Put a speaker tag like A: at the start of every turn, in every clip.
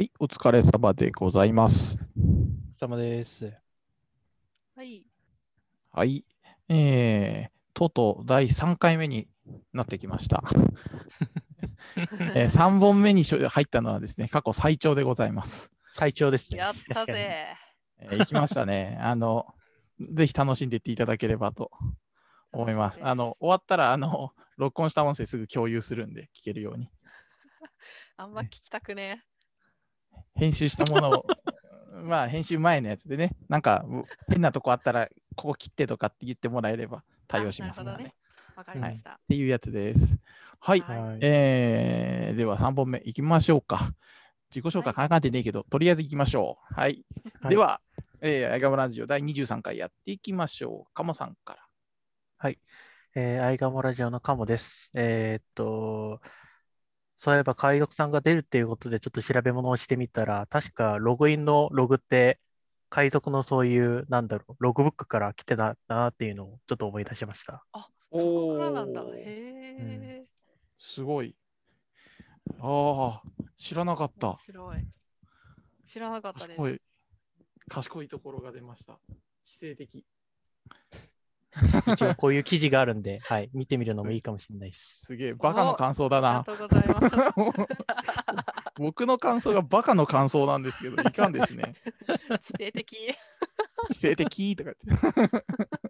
A: はい、お疲れ様でございます。
B: 様です。
C: はい。
A: はい、とうとう第3回目になってきました。3本目に入ったのはですね、過去最長でございます。
B: 最長ですね。
C: やったぜ。
A: 行きましたね。ぜひ楽しんでいっていただければと思います。終わったら録音した音声すぐ共有するんで聞けるように。
C: あんま聞きたくね。
A: 編集したものをまあ編集前のやつでね、なんか変なとこあったらここ切ってとかって言ってもらえれば対応しますからね。
C: わかりました。
A: っていうやつです。はい。では3本目いきましょうか。自己紹介考えてねえけど、とりあえずいきましょう。はい。では、アイガモラジオ第23回やっていきましょう。カモさんから。
B: はい。アイガモラジオのカモです。そういえば海賊さんが出るっていうことでちょっと調べ物をしてみたら、確かログインのログって海賊のそういう、ログブックから来てたなっていうのをちょっと思い出しました。
C: あ、そこからなんだ。へえ、
A: すごい。ああ、知らなかった。
C: 面白い。知らなかったです。
A: 賢いところが出ました。知性的。
B: 一応こういう記事があるんで、はい、見てみるのもいいかもしれないです。
A: すげえ、バカの感想だな。
C: ありがとうございます。
A: 僕の感想がバカの感想なんですけど、いかんですね。
C: 知性的。
A: 知性的とか言って。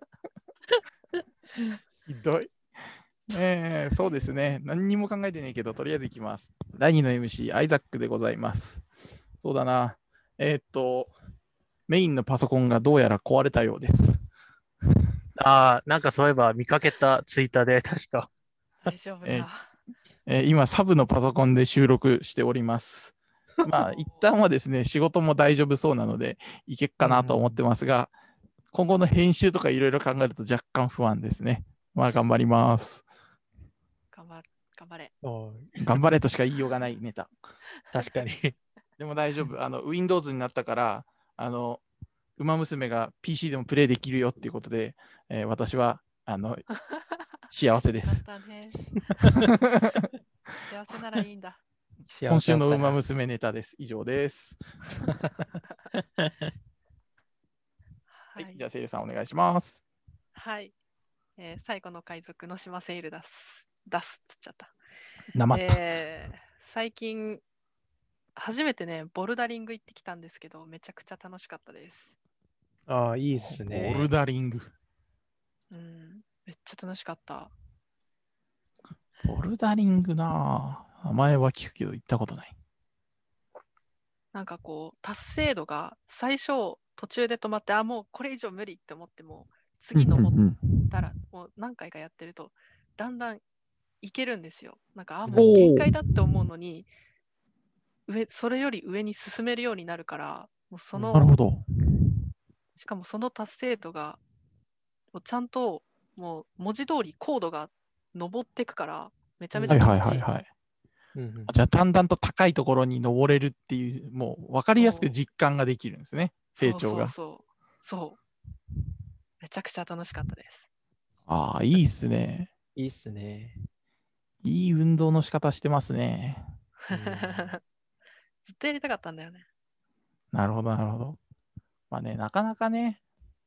A: ひどい。そうですね。何にも考えてないけど、とりあえずいきます。第2の MC、アイザックでございます。そうだな。メインのパソコンがどうやら壊れたようです。
B: なんかそういえば見かけたツイッターで確か。
C: 大丈夫か。
A: 今、サブのパソコンで収録しております。まあ、一旦はですね、仕事も大丈夫そうなので、いけっかなと思ってますが、今後の編集とかいろいろ考えると若干不安ですね。まあ、頑張ります。
C: 頑張れ。
A: 頑張れとしか言いようがないネタ。
B: 確かに。
A: でも大丈夫。Windows になったから、ウマ娘が PC でもプレイできるよっていうことで、私は幸せです。
C: だったね。幸せならいいんだ。
A: 今週のウマ娘ネタです。以上です。はい、じゃあセイルさんお願いします。
C: はい。最後の海賊の島セイル出すっつっちゃった。最近初めてね、ボルダリング行ってきたんですけど、めちゃくちゃ楽しかったです。
B: ああ、いいですね。
A: ボルダリング。
C: めっちゃ楽しかった。
A: ボルダリングなぁ。名前は聞くけど行ったことない。
C: なんかこう、達成度が最初途中で止まって、もうこれ以上無理って思っても、次登ったら、もう何回かやってると、だんだんいけるんですよ。なんか、もう限界だって思うのに、それより上に進めるようになるから、もう
A: なるほど。
C: しかもその達成度が、もうちゃんと、もう文字通り高度が登っていくから、めちゃめちゃ気持ちいい。
A: じゃあ、だんだんと高いところに登れるっていう、もう分かりやすく実感ができるんですね、成長が。
C: そう。めちゃくちゃ楽しかったです。
A: ああ、いいっすね。
B: いいっすね。
A: いい運動の仕方してますね。
C: ずっとやりたかったんだよね。
A: なるほど、なるほど。まあね、なかなかね、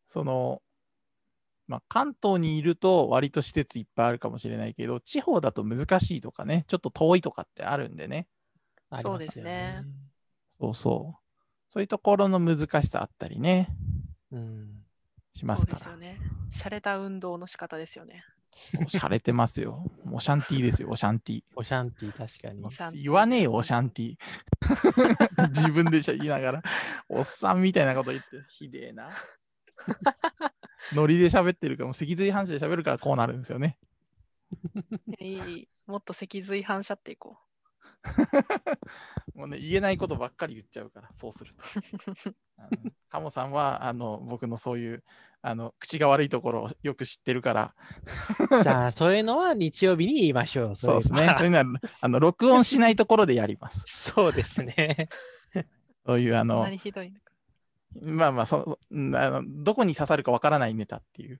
A: 関東にいると割と施設いっぱいあるかもしれないけど、地方だと難しいとかね、ちょっと遠いとかってあるんでね。
C: そうですね。
A: そういうところの難しさあったりね。しますから。
C: そうですよね。洒落た運動の仕方ですよね。
A: 洒落てますよ。オシャンティーですよ、オシャンティー。
B: オシャンティー、確かに。
A: 言わねえよ、オシャンティー。自分で言いながら、おっさんみたいなこと言って、ひでえな。ノリで喋ってるから、もう脊髄反射で喋るからこうなるんですよね。
C: もっと脊髄反射っていこう。
A: もうね、言えないことばっかり言っちゃうから、そうすると。カモさんは僕のそういう口が悪いところをよく知ってるから。
B: じゃあ、そういうのは日曜日に言いましょう。
A: そうですね。そういうのは録音しないところでやります。
B: そうですね。
A: そういう
C: 何ひどいのか。
A: まあまあどこに刺さるかわからないネタっていう。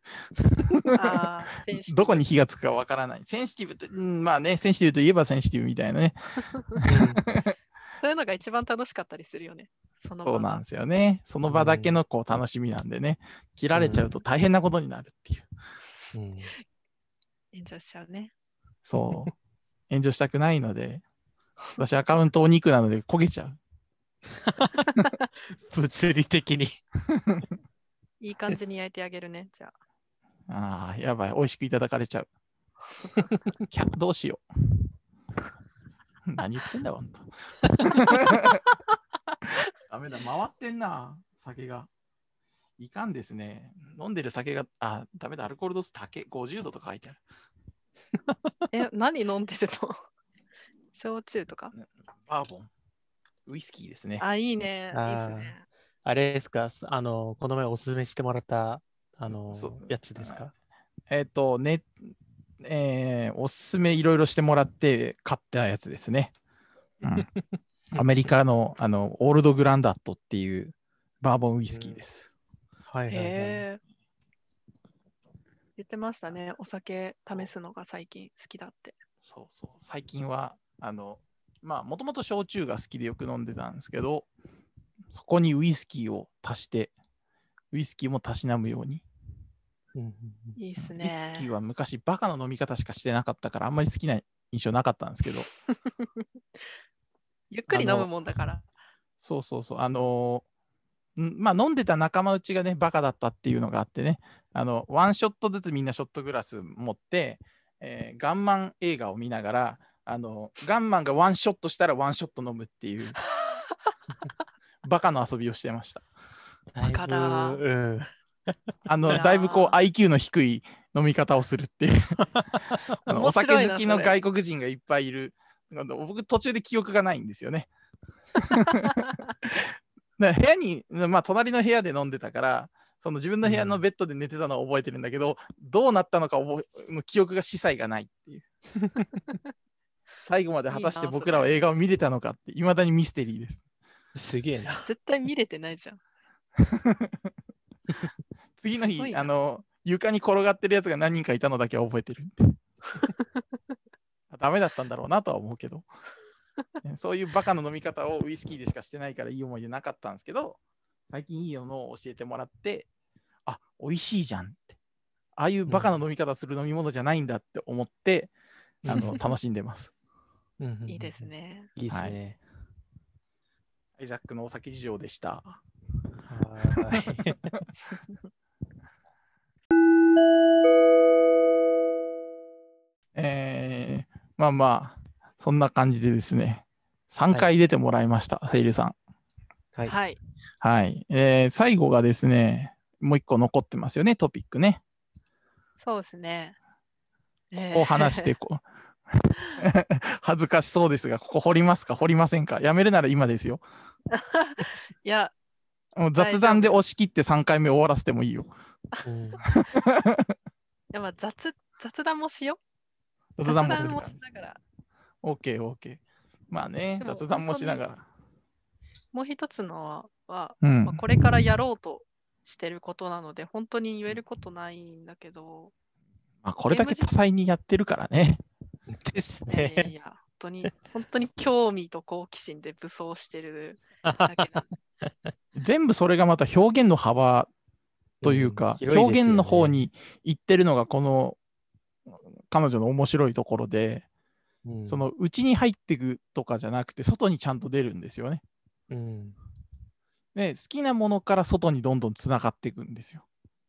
A: どこに火がつくかわからない。センシティブって、まあね、センシティブといえばセンシティブみたいなね。
C: そういうのが一番楽しかったりするよね。その場が。
A: そうなんですよね。その場だけのこう楽しみなんでね、切られちゃうと大変なことになるっていう。
C: 炎上しちゃうね。
A: そう。炎上したくないので、私アカウントお肉なので焦げちゃう。
B: 物理的に。
C: いい感じに焼いてあげるね、じゃあ。
A: ああ、やばい。美味しくいただかれちゃう。どうしよう。何言ってんだよ、ほんと。ダメだ、回ってんな、酒が。いかんですね。飲んでる酒が、ダメだ、アルコール度数高い、50度とか書いてある。
C: 何飲んでるの？焼酎とか？
A: バーボン。ウイスキーですね。
C: いいね。いいですね。
B: あれですか、この前おすすめしてもらった、やつですか？
A: おすすめいろいろしてもらって買ったやつですね。アメリカの、オールドグランダットっていうバーボンウイスキーです。
C: 言ってましたね。お酒試すのが最近好きだって。
A: そうそう。最近は、もともと焼酎が好きでよく飲んでたんですけど、そこにウイスキーを足して、ウイスキーもたしなむように。
C: いいっすね。
A: ウイスキーは昔バカな飲み方しかしてなかったからあんまり好きな印象なかったんですけど。
C: ゆっくり飲むもんだから。
A: そうそうそう。飲んでた仲間内がね、バカだったっていうのがあってね、ワンショットずつみんなショットグラス持って、ガンマン映画を見ながら、ガンマンがワンショットしたらワンショット飲むっていう、バカの遊びをしてました。
C: バカだ。
A: だいぶこう IQ の低い飲み方をするっていうお酒好きの外国人がいっぱいいる。僕途中で記憶がないんですよね。部屋に、隣の部屋で飲んでたから、その自分の部屋のベッドで寝てたのを覚えてるんだけど、どうなったのか記憶が司祭がないっていう。最後まで果たして僕らは映画を見れたのかって、いまだにミステリーです。
B: すげえな。
C: 絶対見れてないじゃん。
A: 次の日、床に転がってるやつが何人かいたのだけは覚えてる。ダメだったんだろうなとは思うけど。そういうバカの飲み方をウイスキーでしかしてないからいい思い出なかったんですけど、最近いいのを教えてもらって、美味しいじゃんって。ああいうバカな飲み方する飲み物じゃないんだって思って、楽しんでます。
C: いいですね。
B: いいですね。
A: アイザックのお酒事情でした。そんな感じでですね、3回出てもらいました、セイルさん。
C: はい。
A: はい。最後がですね、もう一個残ってますよね、トピックね。
C: そうですね。
A: ここを話して恥ずかしそうですが、ここ掘りますか、掘りませんか。やめるなら今ですよ。
C: いや、
A: もう雑談で押し切って3回目終わらせてもいいよ。
C: 雑談もしよ
A: う。雑談もする
C: から。しながら。
A: OK、OK。まあね、雑談もしながら。
C: もう一つのは、これからやろうとしてることなので、本当に言えることないんだけど。
A: これだけ多彩にやってるからね。
B: ですね。
C: いや、本当に興味と好奇心で武装してるだけなんで。
A: 全部それがまた表現の幅というか、表現の方に行ってるのがこの彼女の面白いところで、その内に入っていくとかじゃなくて外にちゃんと出るんですよね。で好きなものから外にどんどんつながっていくんですよ。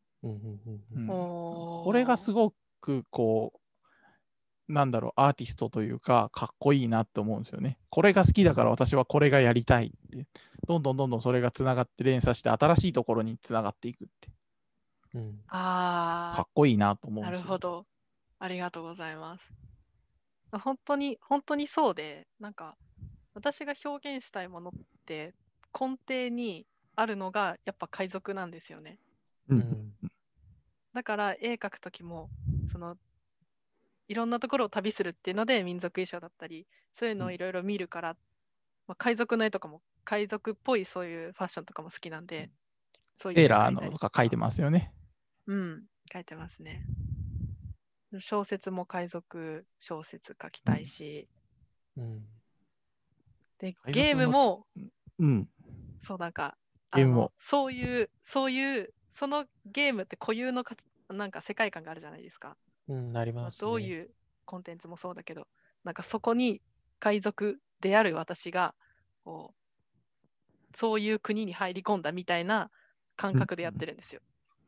A: これがすごくこうアーティストというかかっこいいなって思うんですよね。これが好きだから私はこれがやりたいって、どんどんそれがつながって連鎖して新しいところにつながっていくって、かっこいいなと思うんですよ。
C: なるほど。ありがとうございます。本当にそうで、なんか私が表現したいものって根底にあるのがやっぱ海賊なんですよね。だから絵描くときもいろんなところを旅するっていうので民族衣装だったりそういうのをいろいろ見るから、海賊の絵とかも海賊っぽいそういうファッションとかも好きなんで、
A: そういうセーラーのとか書いてますよね。
C: 書いてますね。小説も海賊小説書きたいし、 で、
A: 海
C: ゲー
A: 賊の
C: ムも、
A: うん。
C: そうなんか、
A: ゲームも
C: そういう、そのゲームって固有のなんか世界観があるじゃないですか。
B: なりますね。
C: どういうコンテンツもそうだけど、なんかそこに海賊である私が、こう、そういう国に入り込んだみたいな感覚でやってるんですよ。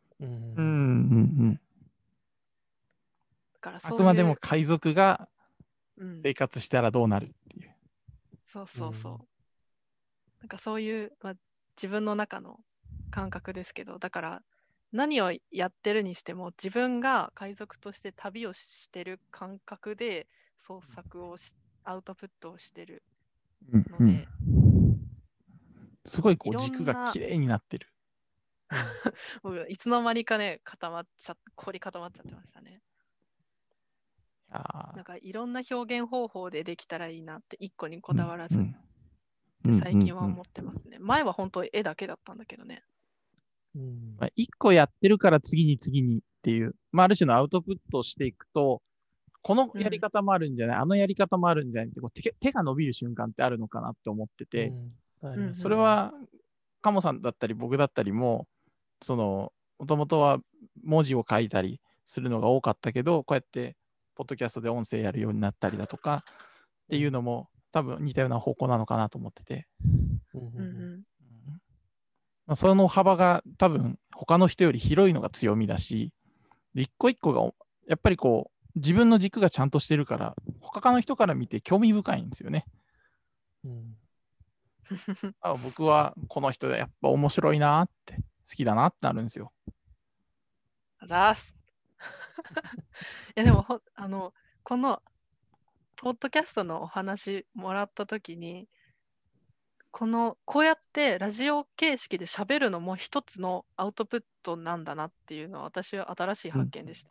A: うん。
C: だから
A: あくまでも
C: そういう、
A: 海賊が
C: うん、
A: 生活したらどうなるっていう。
C: そうそうそう。なんかそういう、自分の中の感覚ですけど、だから何をやってるにしても自分が海賊として旅をしてる感覚で創作をアウトプットをしてるので、
A: すごいこ
C: いろ
A: う軸
C: んな、
A: が綺麗になってる。
C: 僕いつの間にかね、凝り固まっちゃってましたね。なんかいろんな表現方法でできたらいいなって一個にこだわらずって最近は思ってますね。前は本当絵だけだったんだけどね。
A: 一個やってるから次にっていう、ある種のアウトプットをしていくと、このやり方もあるんじゃない、あのやり方もあるんじゃないってこう手が伸びる瞬間ってあるのかなって思ってて、それはカモさんだったり僕だったりも、もともとは文字を書いたりするのが多かったけど、こうやってポッドキャストで音声やるようになったりだとかっていうのも多分似たような方向なのかなと思ってて。その幅が多分他の人より広いのが強みだし、一個一個がやっぱりこう自分の軸がちゃんとしてるから、他の人から見て興味深いんですよね。僕はこの人やっぱ面白いなって、好きだなってなるんですよ。
C: あざーす。いやでもこのポッドキャストのお話もらったときに、こうやってラジオ形式で喋るのも一つのアウトプットなんだなっていうのは私は新しい発見でした。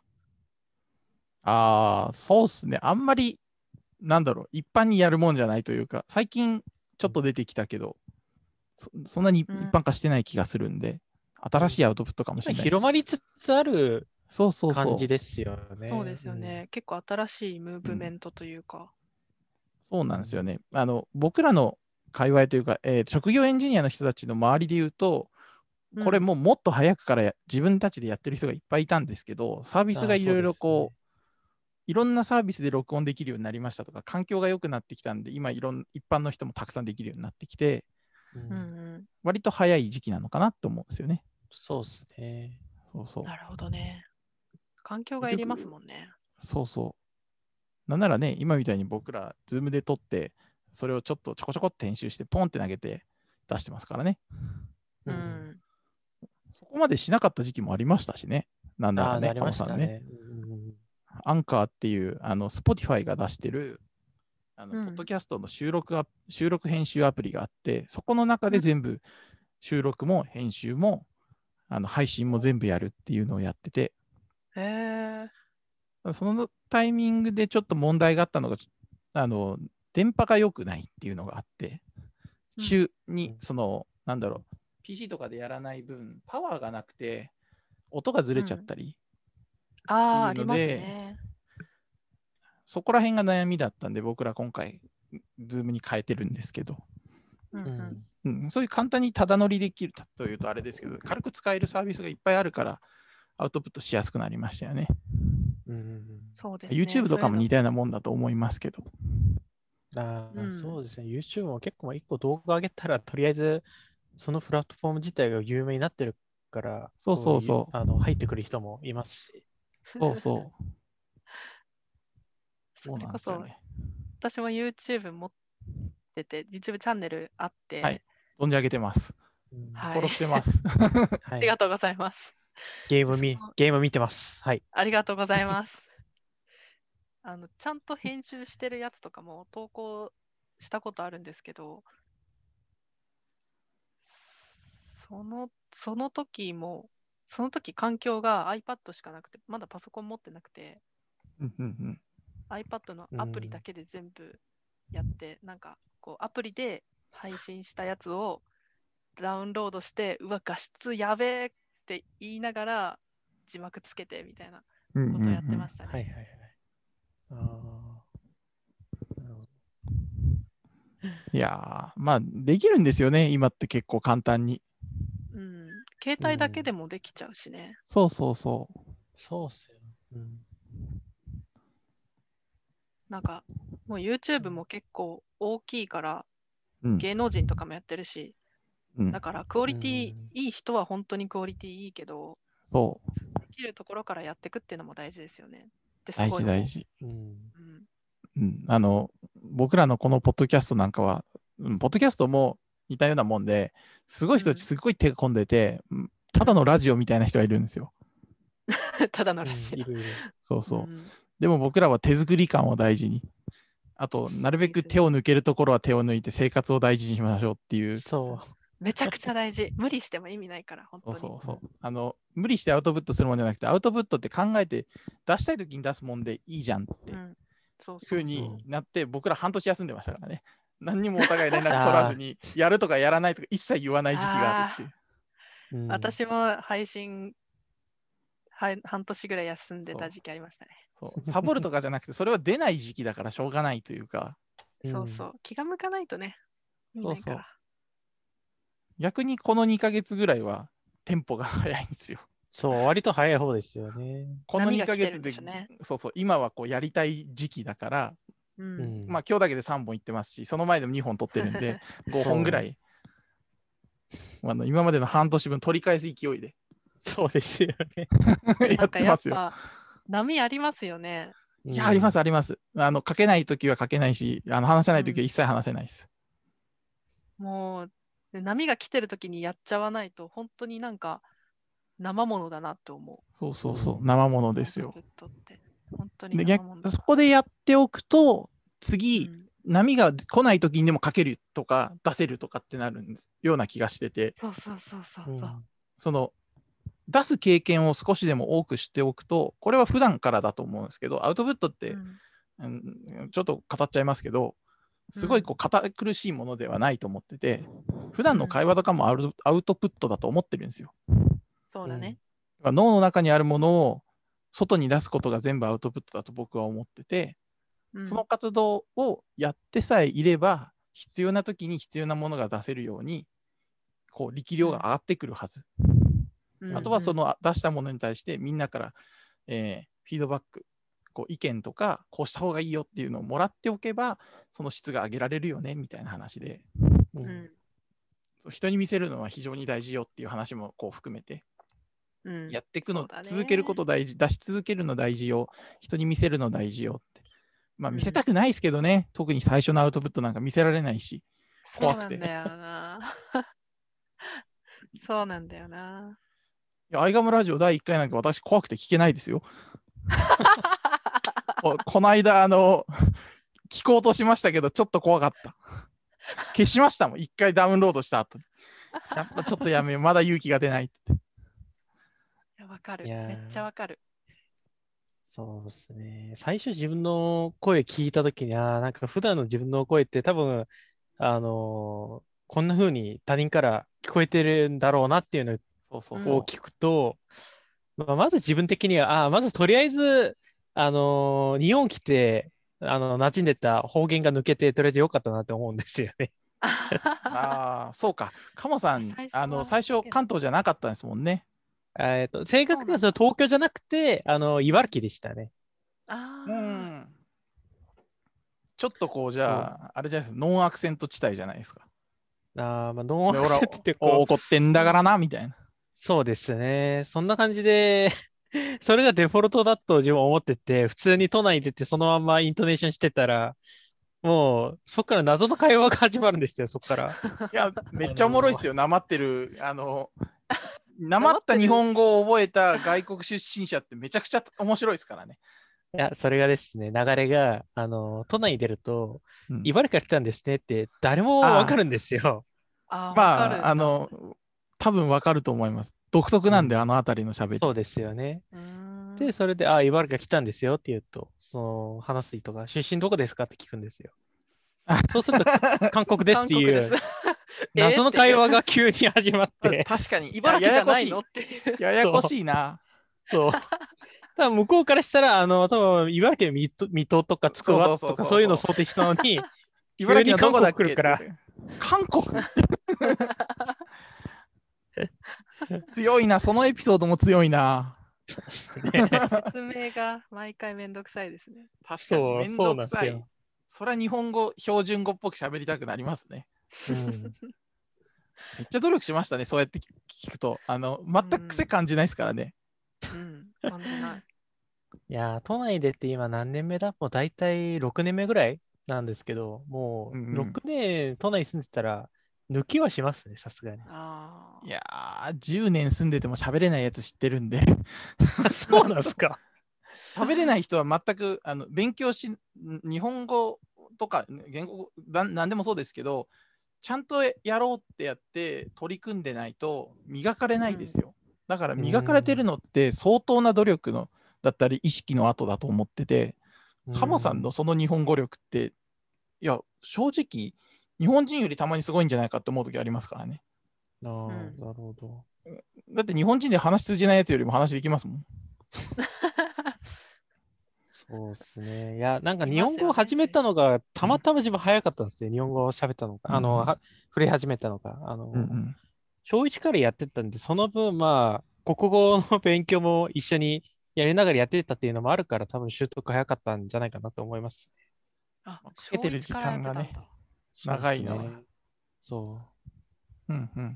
A: そうっすね。あんまり、一般にやるもんじゃないというか、最近ちょっと出てきたけど、そんなに一般化してない気がするんで、新しいアウトプットかもしれないです、
B: 広まりつつある
A: そう
B: 感じですよね。
C: そうですよね。結構新しいムーブメントというか。
A: そうなんですよね。僕らの界隈というか、職業エンジニアの人たちの周りで言うと、これもっと早くから自分たちでやってる人がいっぱいいたんですけど、サービスがいろいろいろんなサービスで録音できるようになりましたとか、環境が良くなってきたんで、今一般の人もたくさんできるようになってきて、割と早い時期なのかなと思うんですよね。
B: そうですね。
C: なるほどね。環境がいりますもんね。
A: なんならね、今みたいに僕ら、ズームで撮って、それをちょこちょこって編集して、ポンって投げて出してますからね。そこまでしなかった時期もありましたしね。なんならね、カモさんね。アンカーっていう、Spotify が出してる、ポッドキャストの収録編集アプリがあって、そこの中で全部収録も編集も、配信も全部やるっていうのをやってて、そのタイミングでちょっと問題があったのが、電波が良くないっていうのがあって、PC とかでやらない分、パワーがなくて、音がずれちゃったりっていうので、そこら辺が悩みだったんで、僕ら今回、ズームに変えてるんですけど、そういう簡単にただ乗りできるというとあれですけど、軽く使えるサービスがいっぱいあるから、アウトプットしやすくなりましたよね。
C: そうですね。
A: YouTube とかも似たようなもんだと思いますけど。
B: そうですね。YouTube も結構一個動画上げたら、とりあえずそのプラットフォーム自体が有名になってるから、入ってくる人もいますし。
C: それこそ、私も YouTube 持ってて、YouTube チャンネルあって、
A: はい、存じ上げてます。登録してます。
C: ありがとうございます。
B: ゲーム見てます。はい。
C: ありがとうございます。ちゃんと編集してるやつとかも投稿したことあるんですけど、その時環境が iPad しかなくて、まだパソコン持ってなくて、iPad のアプリだけで全部やって、なんかこうアプリで配信したやつをダウンロードして、画質やべえって言いながら字幕つけてみたいなことをやってましたね。
A: いやー、まあ、できるんですよね、今って結構簡単に。
C: うん。携帯だけでもできちゃうしね。
A: そうそうそ
B: そうっすよ。うん。
C: なんか、もう YouTube も結構大きいから、
A: う。うん。
C: 芸能人とかもやってるし、
A: うん
C: だからクオリティ
B: うん
C: いい人は本当にクオリティいいけど、
A: そう。
C: できるところからやっていくっていうのも大事ですよね。ってす
A: 大
C: ごい思う。
A: 事大事。
B: うん。
C: うん。
A: うん。僕らのこのポッドキャストなんかは、ポッドキャストも似たようなもんで、すごい人たちすごい手が込んでて、ただのラジオみたいな人がいるんですよ。
C: ただのらしい。
B: いるいる。
A: そうそう。
C: ん
A: でも僕らは手作り感を大事に。あと、なるべく手を抜けるところは手を抜いて生活を大事にしましょうっていう。
B: そ
C: めちゃくちゃ大事。無理しても意味ないから、本
A: そう
C: 当に。
A: そうそう。無理してアウトプットするもんじゃなくて、アウトプットって考えて出したい時に出すもんでいいじゃんって
C: うん。そう
A: ふ
C: そうう
A: になって、僕ら半年休んでましたからね。何にもお互い連絡
B: あー
A: 取らずに、やるとかやらないとか一切言わない時期があるっていう。
B: う。うん、
C: 私も配信、半年ぐらい休んで
A: そう
C: た時期ありましたね。
A: そうサボるとかじゃなくて、それは出ない時期だからしょうがないというか、
B: うん
C: そうそう。気が向かないとね、意味ないから。
A: 逆にこの2ヶ月ぐらいはテンポが早いんですよ。
B: そう、割と早い方ですよね。
A: この2
C: 波が来てる
A: ヶ月で、
C: んでしょうね。
A: そうそう、今はこうやりたい時期だから、
C: う。
B: うんん。
A: まあ今日だけで3本行ってますし、その前でも2本取ってるんで、5本ぐらい、今までの半年分取り返す勢いで
B: そうですよね。
A: や
C: なんかや
A: ってますよ。
C: っぱ、波ありますよね。
A: いや、ありますあります。書けないときは書けないし、話せないときは一切話せないです。
C: もう、で波が来てる時にやっちゃわないと、本当になんか、生ものだなって思う。
A: そうそうそう、生ものですよ
C: アウト。プットって。本当に
A: で、
C: 生ものだ。
A: そこでやっておくと、次、
C: うん
A: 波が来ないときにでも書けるとか、出せるとかってなるような気がしてて、
C: そうそうそうそう
B: うん
C: そう。
A: その、出す経験を少しでも多く知っておくと、これは普段からだと思うんですけど、アウトプットって、ちょっと語っちゃいますけど、すごいこう堅苦しいものではないと思ってて、普段の会話とかもアウトプットだと思ってるんですよ。
C: そうだね。
A: 脳の中にあるものを外に出すことが全部アウトプットだと僕は思ってて、その活動をやってさえいれば、必要な時に必要なものが出せるように、こう力量が上がってくるはず。あとはその出したものに対してみんなから、フィードバック、こう意見とか、こうした方がいいよっていうのをもらっておけば、その質が上げられるよねみたいな話で、人に見せるのは非常に大事よっていう話もこう含めて、やっていくの、続けること大事、出し続けるの大事よ、人に見せるの大事よって。まあ見せたくないですけどね、特に最初のアウトプットなんか見せられないし、怖くて。
C: そうなんだよな。そうなんだよな。
A: いや、アイガムラジオ第1回なんか私怖くて聞けないですよ。この間、聞こうとしましたけど、ちょっと怖かった。消しましたもん、1回ダウンロードした後に。やっぱちょっとやめよう、まだ勇気が出ないって。
C: いや、わかる。めっちゃわかる。
B: そうですね。最初自分の声聞いたときに、なんか普段の自分の声って多分、こんな風に他人から聞こえてるんだろうなっていうのを聞くと、まず自分的には、まずとりあえず、日本来て、馴染んでた方言が抜けて、とりあえず良かったなって思うんですよね。
A: そうか。カモさん、最初関東じゃなかったんですもんね。
B: 正確には東京じゃなくて、茨城でしたね。
A: ちょっとこう、じゃあ、あれじゃないですか、ノンアクセント地帯じゃないですか。
B: ノンアクセントって
A: 怒ってんだからな、みたいな。
B: そうですね。そんな感じでそれがデフォルトだと自分は思ってて、普通に都内に出てそのままイントネーションしてたら、もうそこから謎の会話が始まるんですよ、そこから。
A: いや、めっちゃおもろいですよ、なまってる。なまった日本語を覚えた外国出身者ってめちゃくちゃ面白いですからね。
B: いや、それがですね、流れが、都内に出ると、茨城から来たんですねって誰もわかるんですよ。
A: まあ、多分わかると思います。独特なんで、あの辺りの喋り。
B: そうですよね。で、それで、茨城から来たんですよって言うと、話す人が、出身どこですかって聞くんですよ。そうすると、韓国ですっていう、謎の会話が急に始まって。
A: 確かに、
C: 茨城じゃないのっていう。
A: ややこしいな。
B: そう。多分向こうからしたら、多分茨城の水戸とか筑波とかそういうのを想定したのに、
A: 茨城のどこだっけ
B: 急に韓
A: って韓国強いな、そのエピソードも強いな。
C: 説明が毎回めんどくさいですね。
A: 確かにめん
B: そう
A: どくさい。
B: なんですよ。
A: それは日本語、標準語っぽく喋りたくなりますね。
B: うん
A: めっちゃ努力しましたね、そうやって聞くと。全く癖感じないですからね。
C: 感じない。
B: いやー、都内でって今何年目だ？もう大体6年目ぐらいなんですけど、もう6年都内住んでたら抜きはしますね、さすがに。
A: いやー、10年住んでても喋れないやつ知ってるんで。
B: そうなんすか。
A: 喋れない人は全く勉強し、日本語とか言語なんでもそうですけど、ちゃんとやろうってやって取り組んでないと磨かれないですよ。だから磨かれてるのって相当な努力のだったり意識の後だと思ってて、ハモさんのその日本語力って、いや、正直、日本人よりたまにすごいんじゃないかって思う時ありますからね。
B: なるほど。
A: だって日本人で話通じないやつよりも話できますもん。
B: そうですね。いや、なんか日本語を始めたのが、たまたま自分早かったんですよ。日本語を喋ったのが。触れ始めたのが。小1からやってたんで、その分、まあ、国語の勉強も一緒にやりながらやってたっていうのもあるから、多分習得早かったんじゃないかなと思います。
C: か
A: けてる時間がね、長いのは。
B: そう。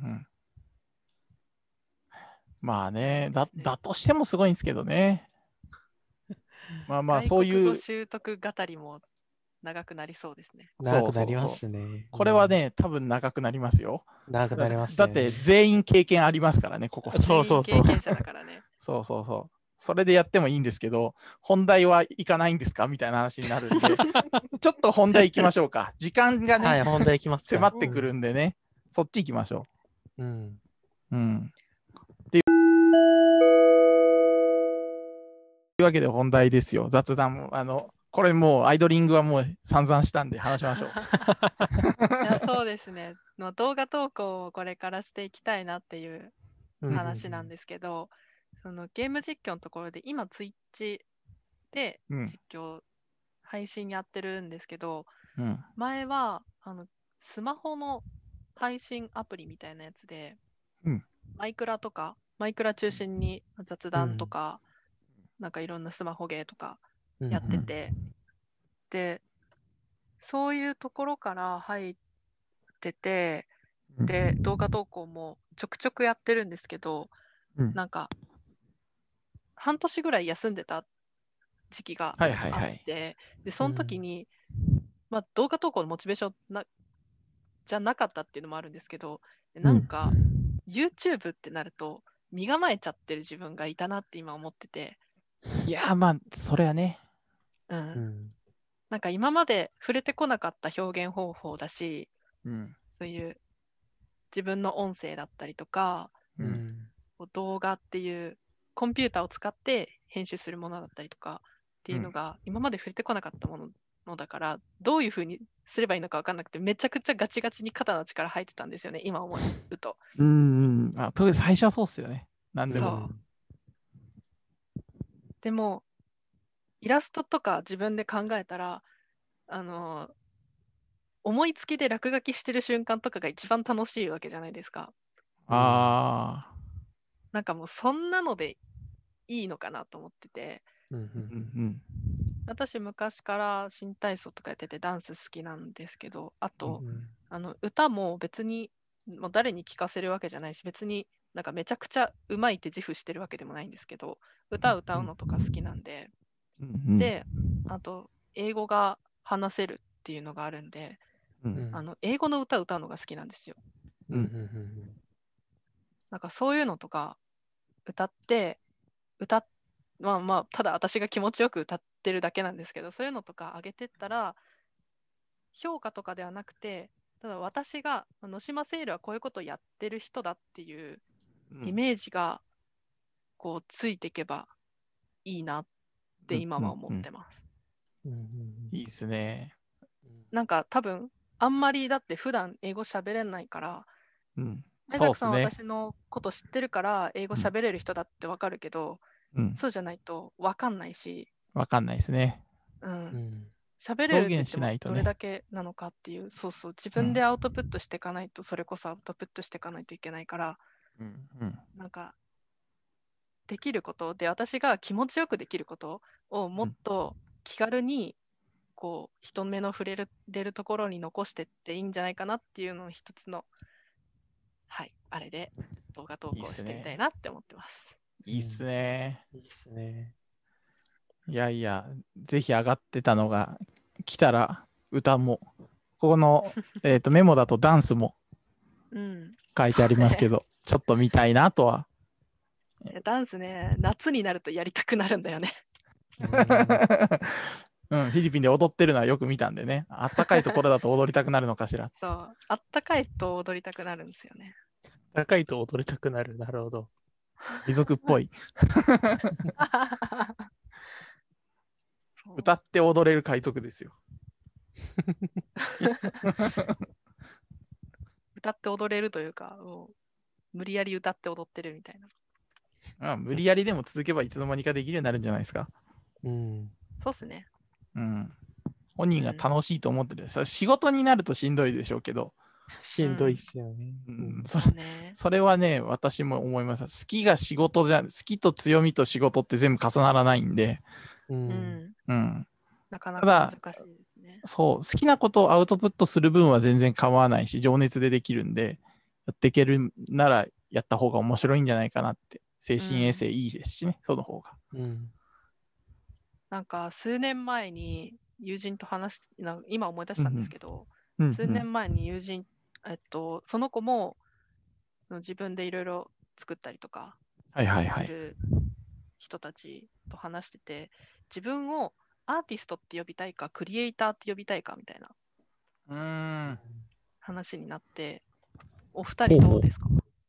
A: まあね、だとしてもすごいんですけどね。まあそういう。
C: 外国語習得語りも長くなりそうですね。
B: 長くなりますね。
A: これはね、多分長くなりますよ。
B: 長くなりますね。
A: だって全員経験ありますからね、ここ。
B: そう。
C: 経験者だからね。
A: そう。それでやってもいいんですけど、本題はいかないんですかみたいな話になるんで、ちょっと本題行きましょうか。時間がね、
B: はい、本題行きます
A: 迫ってくるんでね、そっち行きましょう。っていうわけで本題ですよ。雑談も。これもうアイドリングはもう散々したんで話しましょう。
C: いやそうですね。動画投稿をこれからしていきたいなっていう話なんですけど、そのゲーム実況のところで今ツイッチで実況、配信やってるんですけど、前はスマホの配信アプリみたいなやつで、マイクラ中心に雑談とか、なんかいろんなスマホゲーとかやってて、で、そういうところから入ってて、で、動画投稿もちょくちょくやってるんですけど、なんか、半年ぐらい休んでた時期があって、で、その時に、まあ、動画投稿のモチベーションじゃなかったっていうのもあるんですけど、なんか、YouTube ってなると、身構えちゃってる自分がいたなって今思ってて。
A: いや、まあ、それはね。
C: なんか今まで触れてこなかった表現方法だし、そういう自分の音声だったりとか、動画っていうコンピューターを使って編集するものだったりとかっていうのが今まで触れてこなかったものだから、どういうふうにすればいいのか分かんなくて、めちゃくちゃガチガチに肩の力入ってたんですよね、今思うと。
A: 特に最初はそうっすよね。なんでも。
C: でも、イラストとか自分で考えたら、思いつきで落書きしてる瞬間とかが一番楽しいわけじゃないですか。なんかもうそんなのでいいのかなと思ってて。私昔から新体操とかやっててダンス好きなんですけど、あと、歌も別にもう誰に聴かせるわけじゃないし、別になんかめちゃくちゃうまいって自負してるわけでもないんですけど、歌うのとか好きなんで、で、あと英語が話せるっていうのがあるんで、英語の歌を歌うのが好きなんですよ。なんかそういうのとかまあただ私が気持ちよく歌ってるだけなんですけど、そういうのとか上げてったら評価とかではなくて、ただ私が野島セールはこういうことをやってる人だっていうイメージがこうついていけばいいなって今は思ってます。
A: いいですね。
C: なんか多分あんまりだって普段英語喋れないから、大沢さんは私のこと知ってるから英語喋れる人だってわかるけど、そうじゃないとわかんないし。
A: わかんないですね。
C: 喋れるって言
A: 表現
C: っても
A: しないとね
C: どれだけなのかっていう、そうそう、自
A: うん
C: 分でアウトプットしていかないと、それこそアウトプットしていかないといけないから、
A: うんうん
C: なんか、できることで、私が気持ちよくできることをもっと気軽に、こう、人目の触れるところに残してっていいんじゃないかなっていうのを一つの、はい、あれで動画投
A: いいっす
C: 稿してみたい
A: ね。
C: なって思ってます。
A: いいっすね。
B: いいですね。
A: いやいや、ぜひ上がってたのが来たら歌も、ここの、メモだとダンスも
C: うん。
A: 書いてありますけ
C: そうね。
A: ど、ちょっと見たいなとは。
C: ダンスね、夏になるとやりたくなるんだよね。
B: うん
A: うん、フィリピンで踊ってるのはよく見たんでね、あったかいところだと踊りたくなるのかしら。
C: そう、あったかいと踊りたくなるんですよね。
B: 高いと踊りたくなる。なるほど。
A: 貴族っぽい。
C: そう
A: 歌って踊れる海賊ですよ。
C: 歌って踊れるというか、もう無理やり歌って踊ってるみたいな。
A: 無理やりでも続けばいつの間にかできるようになるんじゃないですか。
B: うん。
C: そうっすね。
A: うん。本人が楽しいと思ってる。仕事になるとしんどいでしょうけど、
B: しんどいっすよね。
C: そうね。
A: それはね、私も思います。好きが仕事じゃ、好きと強みと仕事って全部重ならないんで、
B: う。
C: うんん。
A: うん。
C: なかな
A: た
C: か
A: だ
C: 難しいですね。
A: そう、好きなことをアウトプットする分は全然構わないし、情熱でできるんで、やっていけるならやった方が面白いんじゃないかなって。精神衛生いいですしね、その方が。
B: うん。
C: なんか数年前に友人と今思い出したんですけど、
A: うんうん
C: 数年前に友人、その子もその自分でいろいろ作ったりとか
A: はいはいはい。
C: する人たちと話してて、自分をアーティストって呼びたいか、クリエイターって呼びたいかみたいな
A: うーん。
C: 話になって、お二人どうですか？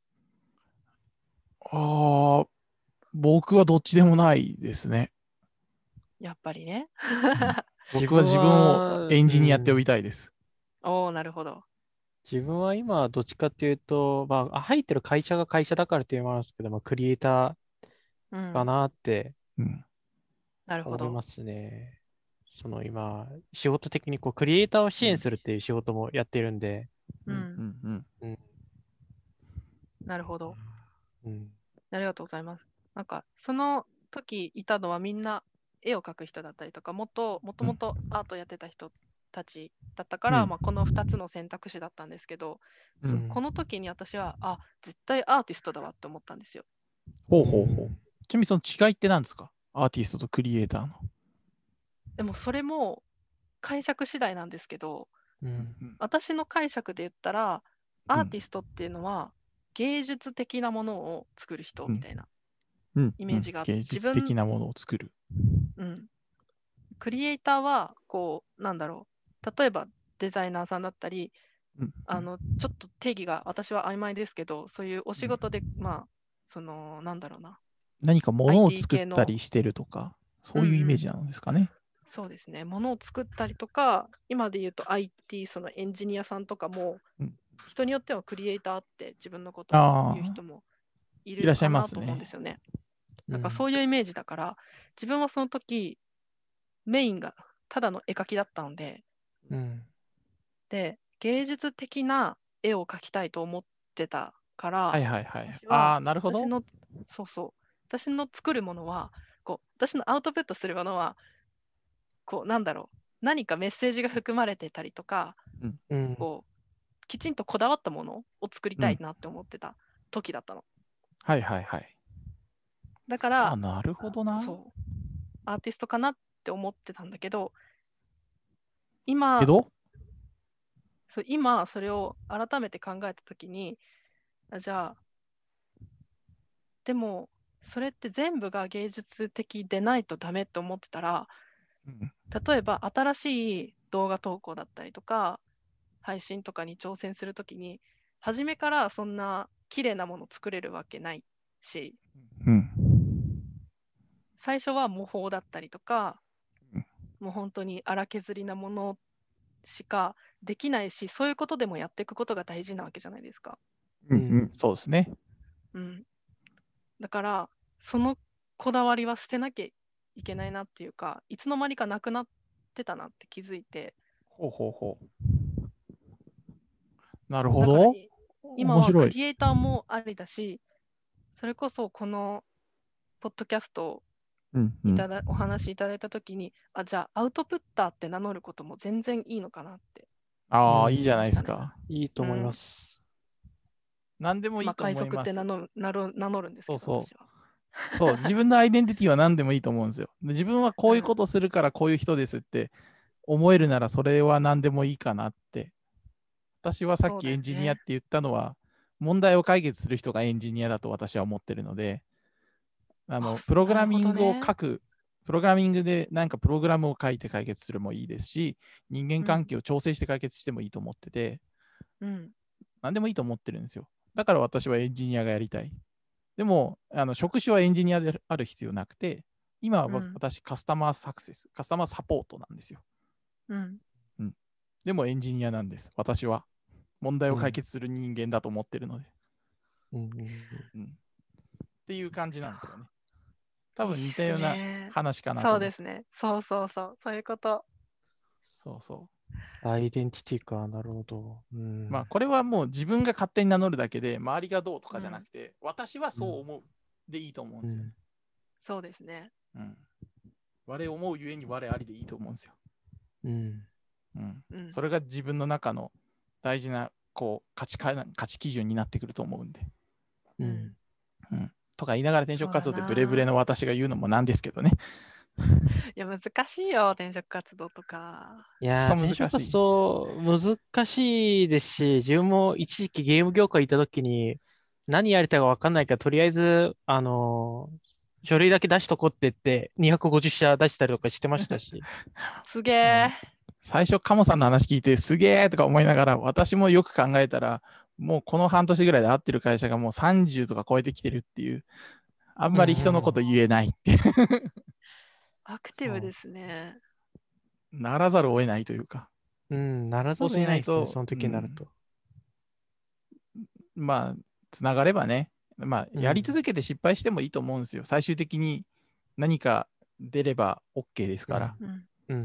A: ああ、僕はどっちでもないですね。
C: やっぱりね。
A: 僕は自分をエンジニアって呼び
B: い。
A: たいです。
C: おお、なるほど。
B: 自分は今、どっちかっていうと、まあ、入ってる会社が会社だからっていうのもあるんですけど、まあ、クリエイタ
C: うん
B: ーか、なって
A: うん。
C: なるほど。
B: 思いますね。その今、仕事的にこう、クリエイターを支援するっていう仕事もやってるんで、
A: うん
C: うん、
A: うん
B: うん。
C: なるほど。
B: うん。
C: ありがとうございます。なんか、その時いたのはみんな絵を描く人だったりとか、もともとアートやってた人たちだったから、
A: うん
C: まあ、この2つの選択肢だったんですけど、
A: うん
C: この時に私は、絶対アーティストだわって思ったんですよ。
A: ほうほうほう。ちなみにその違いって何ですか？アーティストとクリエイターの。
C: でもそれも解釈次第なんですけど、
B: うん。
C: 私の解釈で言ったら、アーティストっていうのは芸術的なものを作る人みたいなイメージがあって、
A: 芸術的なものを作る。
C: うん、クリエイターはこうなんだろう、例えばデザイナーさんだったり、
A: うん
C: ちょっと定義が私は曖昧ですけど、そういうお仕事で、まあそのなんだろうな、
A: 何かものを
C: IT
A: 作っ
C: 系の、
A: たりしてるとか、そういうイメージなんですかね。
C: そうですね、ものを作ったりとか、今で言うと IT、そのエンジニアさんとかも、
A: うん
C: 人によってはクリエイターって自分のことを言う人もいる
A: いらっしゃい
C: かなと思うん
A: ますね。
C: ですよね。なんかそういうイメージだから、自分はその時、メインがただの絵描きだったので、
B: うん。
C: で、芸術的な絵を描きたいと思ってたから、
A: はいはいはい。
C: 私は
A: なるほど。
C: 私の作るものは、私のアウトプットするものは、なんだろう、何かメッセージが含まれてたりとか、
B: うん。
C: きちんとこだわったものを作りたいなって思ってた時だったの。
A: はいはいはい。
C: だから、
A: なるほどな。
C: そう、アーティストかなって思ってたんだけど、
A: け
C: 今、
A: ど
C: それを改めて考えた時に、じゃあ、でも、それって全部が芸術的でないとダメって思ってたら、例えば新しい動画投稿だったりとか、配信とかに挑戦するときに、初めからそんな綺麗なもの作れるわけないし、
A: うん
C: 最初は模倣だったりとか
A: うん、
C: もう本当に荒削りなものしかできないし、そういうことでもやっていくことが大事なわけじゃないですか。
A: そうですね。
C: うん。だから、そのこだわりは捨てなきゃいけないなっていうか、いつの間にかなくなっってたなって気づいて、
A: ほうほうほう。なるほ
C: だから
A: ど。
C: 今はク
A: 面白い。
C: リエイターもありだし、それこそこのポッドキャストを
A: うんうん。
C: お話しいただいたときに、じゃあアウトプッターって名乗ることも全然いいのかなって
A: ああ、
B: うん
A: いいじゃない
C: 思いましたね。
A: ですか。
B: いいと思います。
A: 何でもいいと
C: 海
A: 思います。
C: 賊って名乗るんですけど、
A: そうそ
C: 私は。
A: う。そう、自分のアイデンティティは何でもいいと思うんですよ。で自分はこういうことするからこういう人ですって思えるならそれは何でもいいかなって。私はさっ
C: そう
A: きエン
C: だよね。
A: ジニアって言ったのは、問題を解決する人がエンジニアだと私は思ってるので、プログ
C: なるほ
A: ラミングを
C: どね。
A: 書く、プログラミングでなんかプログラムを書いて解決するもいいですし、人間関係を調整して解決してもいいと思ってて、
C: うん。
A: 何でもいいと思ってるんですよ。だから私はエンジニアがやりたい。でも、職種はエンジニアである必要なくて、今は私、カスタマーサクセス、カスタマーサポートなんですよ。
C: うん。
A: うん。でもエンジニアなんです。私は問題を解
B: うん
A: 決する人間だと思ってるので。
B: うん
A: うん。っていう感じなんですよね。多分
C: いいっす
A: 似たような
C: ね。
A: 話かなと思って。
C: そうですね。そうそうそう。そういうこと。
A: そうそ
B: アイデンティティか、なるほど。う
A: う。
B: ん。
A: まあ、これはもう自分が勝手に名乗るだけで、周りがどうとかじゃな
C: うん。
A: くて、私はそう思うでいいと思うんですよね。
C: そうですね。
A: うん。我思うゆえに我ありでいいと思うんですよ。
B: うん。
A: うん。それが自分の中の大事な価値基準になってくると思うんで。
B: うん。
A: うん。とか言いながら転職活動で
C: そうだな
A: ブレブレの私が言うのもなんですけどね。
C: いや、難しいよ、転職活動とか。
B: いやー、
A: そう
B: 転職活
A: 難しい。
B: 動難しいですし、自分も一時期ゲーム業界いたときに何やりたいか分かんないから、とりあえず、書類だけ出しとこうって言って250社出したりとかしてましたし。
C: すげえ。
A: 最初、カモさんの話聞いて、すげえとか思いながら、私もよく考えたら、もうこの半年ぐらいで会ってる会社がもう30とか超えてきてるっていう、あんまり人のこと言えないっていう
C: アクティブですね。
A: ならざるを得ないというか、
B: うん、ならざ
A: そうし
B: るを得ないですね、
A: ないと、
B: その時になると。
A: まあ、つながればね、まあ、やり
B: うん。
A: 続けて失敗してもいいと思うんですよ。最終的に何か出れば OK ですから、
B: うん。
C: うん。
B: うん。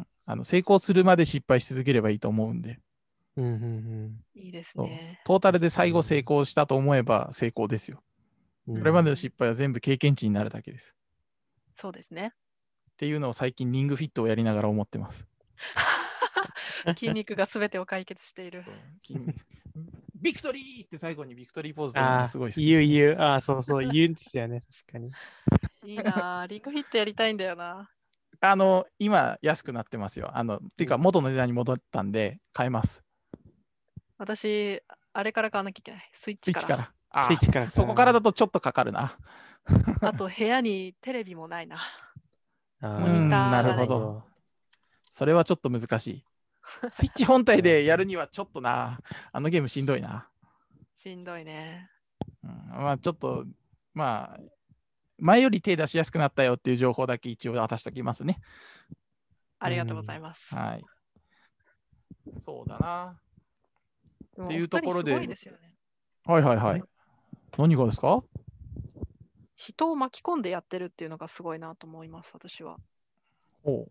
A: 成功するまで失敗し続ければいいと思うんで、
B: うん。うん。
C: いいです
A: そう
C: ね。
A: トータルで最後成功したと思えば成功ですよ。
B: うん。
A: それまでの失敗は全部経験値になるだけです。
C: そうですね。
A: っていうのを最近リングフィットをやりながら思ってます。
C: 筋肉が全てを解決している。
A: ビクトリーって最後にビクトリーポーズ取るの
B: ああ、
A: がすごい好きです、ね。
B: 言う。ああ、そうそう、言うんですよね、確かに。
C: いいなぁ。リングフィットやりたいんだよな。
A: 今安くなってますよ。っていうか元の値段に戻ったんで買えます。
C: 私、あれから買わなきゃいけない。スイッチから。
A: スイッチから。あ
B: スイッチから
A: そこからだとちょっとかかるな。
C: あと、部屋にテレビもないな。モニ
B: ああ、
C: ター
A: なる
C: がないな。
A: ほど。それはちょっと難しい。スイッチ本体でやるにはちょっとな。あのゲームしんどいな。
C: しんどいね。
A: まあちょっと、まあ、前より手出しやすくなったよっていう情報だけ一応渡しておきますね。
C: ありがとうございます。
A: はい。そうだな。
C: でも
A: っていうところで
C: お二人すごいですよね。
A: はいはいはい。何がですか？
C: 人を巻き込んでやってるっていうのがすごいなと思います、私は。
A: おう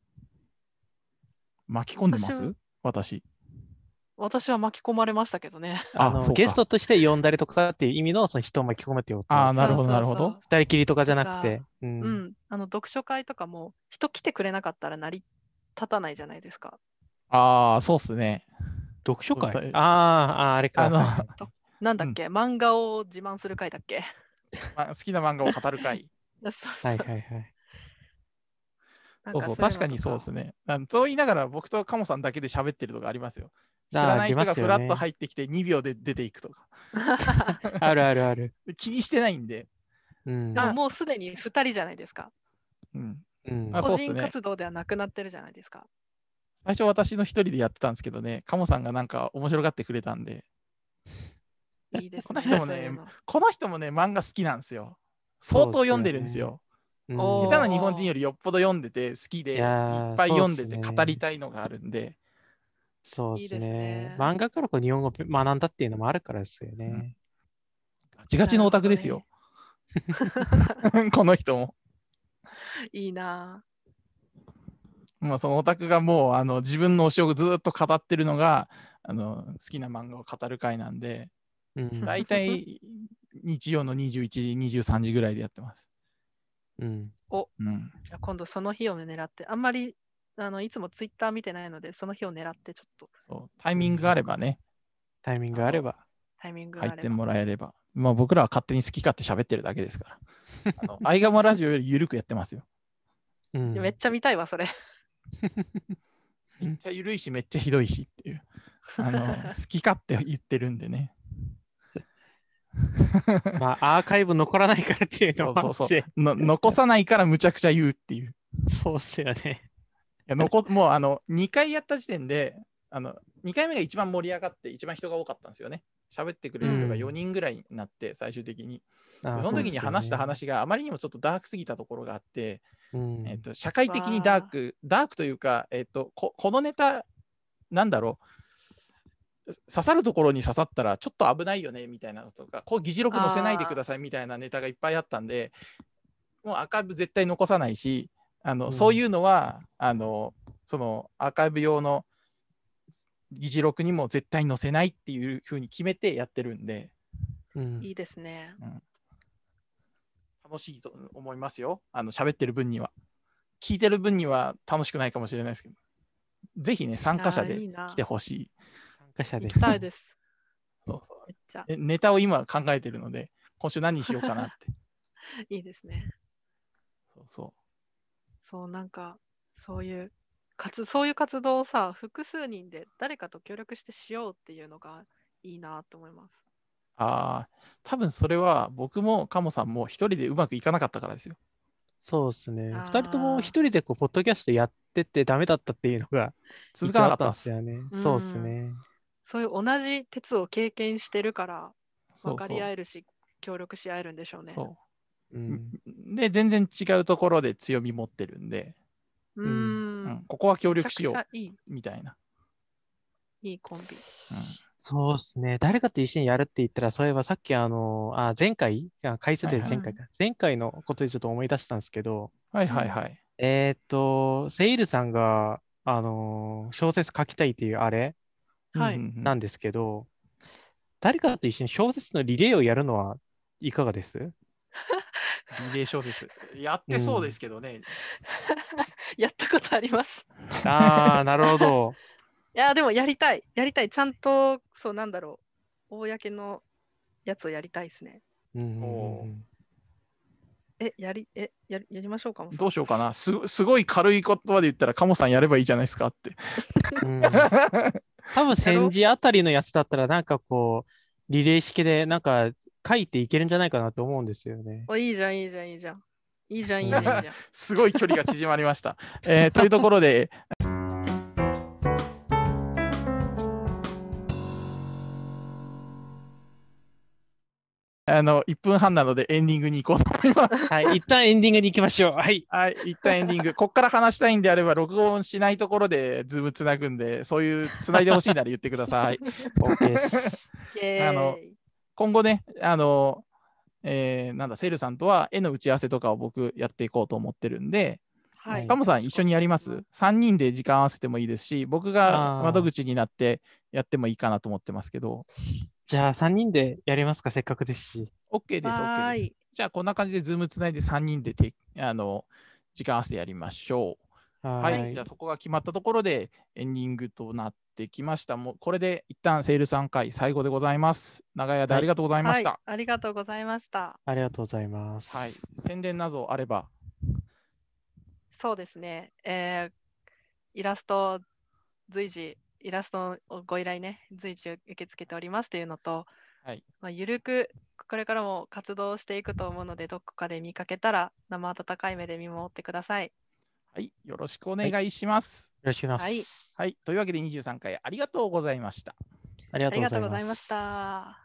A: 巻き込んでま
C: 私は
A: す私。
C: 私は巻き込まれましたけどね。
A: そうか。
B: ゲストとして呼んだりとかっていう意味のその人を巻き込むっていうことなんですね。
A: なるほどなるほど。
B: 二人きりとかじゃなく
C: と
B: て。
C: 読書会とかも人来てくれなかったら成り立たないじゃないですか。
A: そうっすね。
B: 読書会
A: あ
B: あれか。
C: なんだっけ、漫画を自慢する会だっけ。
A: 好きな漫画を語る会。
B: はいはいはい。
A: そうそう、確かにそうですね。そう言いながら僕とカモさんだけで喋ってるとかありますよ。知らない人がフラッと入ってきて2秒で出ていくとか。
B: あるあるある。
A: 気にしてないんで。
C: でももうすでに2人じゃないですか。個人活動ではなくなってるじゃないですか。
A: 最初私の一人でやってたんですけどね、カモさんがなんか面白がってくれたんで。
C: いいですね。
A: この人もね、漫画好きなんですよ。相当読んでるんですよ。下手な日本人よりよっぽど読んでて好きでいっぱい読んでて語りたいのがあるんで。
B: そうですね。漫画から日本語を学んだっていうのもあるからですよね。
A: ガチガチのオタクですよ。この人も。
C: いいな。
A: まあ、そのオタクがもう自分の推しをずっと語ってるのが好きな漫画を語る回なんで、だいたい日曜の21時、23時ぐらいでやってます。
B: うん。
C: じゃあ今度その日を狙って、あんまりいつもツイッター見てないので、その日を狙ってちょっと。
A: そうタイミングがあればね。
B: タイミングがあれば。
A: 入ってもらえれば。まあ僕らは勝手に好き勝手喋ってるだけですから。アイガモラジオより緩くやってますよ。
C: めっちゃ見たいわ、それ。
A: めっちゃ緩いし、めっちゃひどいしっていう。好き勝手言ってるんでね。
B: まあ、アーカイブ残らないからっていうのは
A: そう残さないからむちゃくちゃ言うっていう。
B: そうっすよね。
A: もう2回やった時点で、2回目が一番盛り上がって一番人が多かったんですよね。喋ってくれる人が4人ぐらいになって、最終的に。その時に話した話があまりにもちょっとダークすぎたところがあって、社会的にダークというか、このネタ、なんだろう、刺さるところに刺さったらちょっと危ないよねみたいなのとか、こう議事録載せないでくださいみたいなネタがいっぱいあったんで、もうアーカイブ絶対残さないし、そういうのはそのアーカイブ用の議事録にも絶対載せないっていうふうに決めてやってるんで、
C: いいですね。
A: 楽しいと思いますよ。喋ってる分には。聞いてる分には楽しくないかもしれないですけど、ぜひね、参加者で来てほしい。
B: 参加者で。
C: 行きたいです。
A: そうネタを今考えてるので、今週何にしようかなって。
C: いいですね。そう、なんか、そういう活動をさ、複数人で誰かと協力してしようっていうのがいいなと思います。
A: 多分それは僕もカモさんも一人でうまくいかなかったからですよ。
B: そうですね。2人とも一人でポッドキャストやっててダメだったっていうのが
A: 続かなかったんです
B: よね。そうですね。
C: そういう同じ鉄を経験してるから分かり合えるし、協力し合えるんでしょうね。
A: で、全然違うところで強み持ってるんで、ここは協力しようみたいな。
C: いいコンビ。
B: そうですね。誰かと一緒にやるって言ったら、そういえばさっき前回のことでちょっと思い出したんですけど、
A: はいはいはい。
B: セイルさんが、小説書きたいっていうあれなんですけど、誰かと一緒に小説のリレーをやるのはいかがです？
A: リレー小説。やってそうですけどね。
C: やったことあります。
B: なるほど。
C: いや、でもやりたい。ちゃんと、なんだろう。公のやつをやりたいですね。やりましょうかも。
A: どうしようかな。すごい軽い言葉で言ったら、カモさんやればいいじゃないですかって。
B: 多分戦時あたりのやつだったら、なんかこう、リレー式でなんか書いていけるんじゃないかなと思うんですよね。
C: いいじゃん。
A: すごい距離が縮まりました。というところで、1分半なのでエンディングに行こうと思います。
B: はい、一旦エンディングに行きましょう。はい。
A: はい、一旦エンディング。ここから話したいんであれば、録音しないところでズームつなぐんで、そういうつないでほしいなら言ってください。
B: OK です。
A: 今後ね、セイルさんとは絵の打ち合わせとかを僕やっていこうと思ってるんで、カモさん一緒にやります？ 3 人で時間合わせてもいいですし、僕が窓口になってやってもいいかなと思ってますけど。
B: じゃあ3人でやりますか、せっかくですし。
A: OK です、OK です。じゃあこんな感じでズームつないで3人で時間合わせてやりましょう。はい。じゃあそこが決まったところでエンディングとなってきました。もうこれで一旦セイルさん回最後でございます。長い間ありがとうございました。
C: ありがとうございました。
B: ありがとうございます。
A: はい。宣伝などあれば。
C: そうですね。イラストのご依頼ね、随時受け付けておりますというのと、ゆるくこれからも活動していくと思うので、どこかで見かけたら生温かい目で見守ってください。
A: はい、よろしくお願いします。
B: よろしくお願いします。
A: はい、というわけで23回ありがとうございました。
C: ありがとうございました。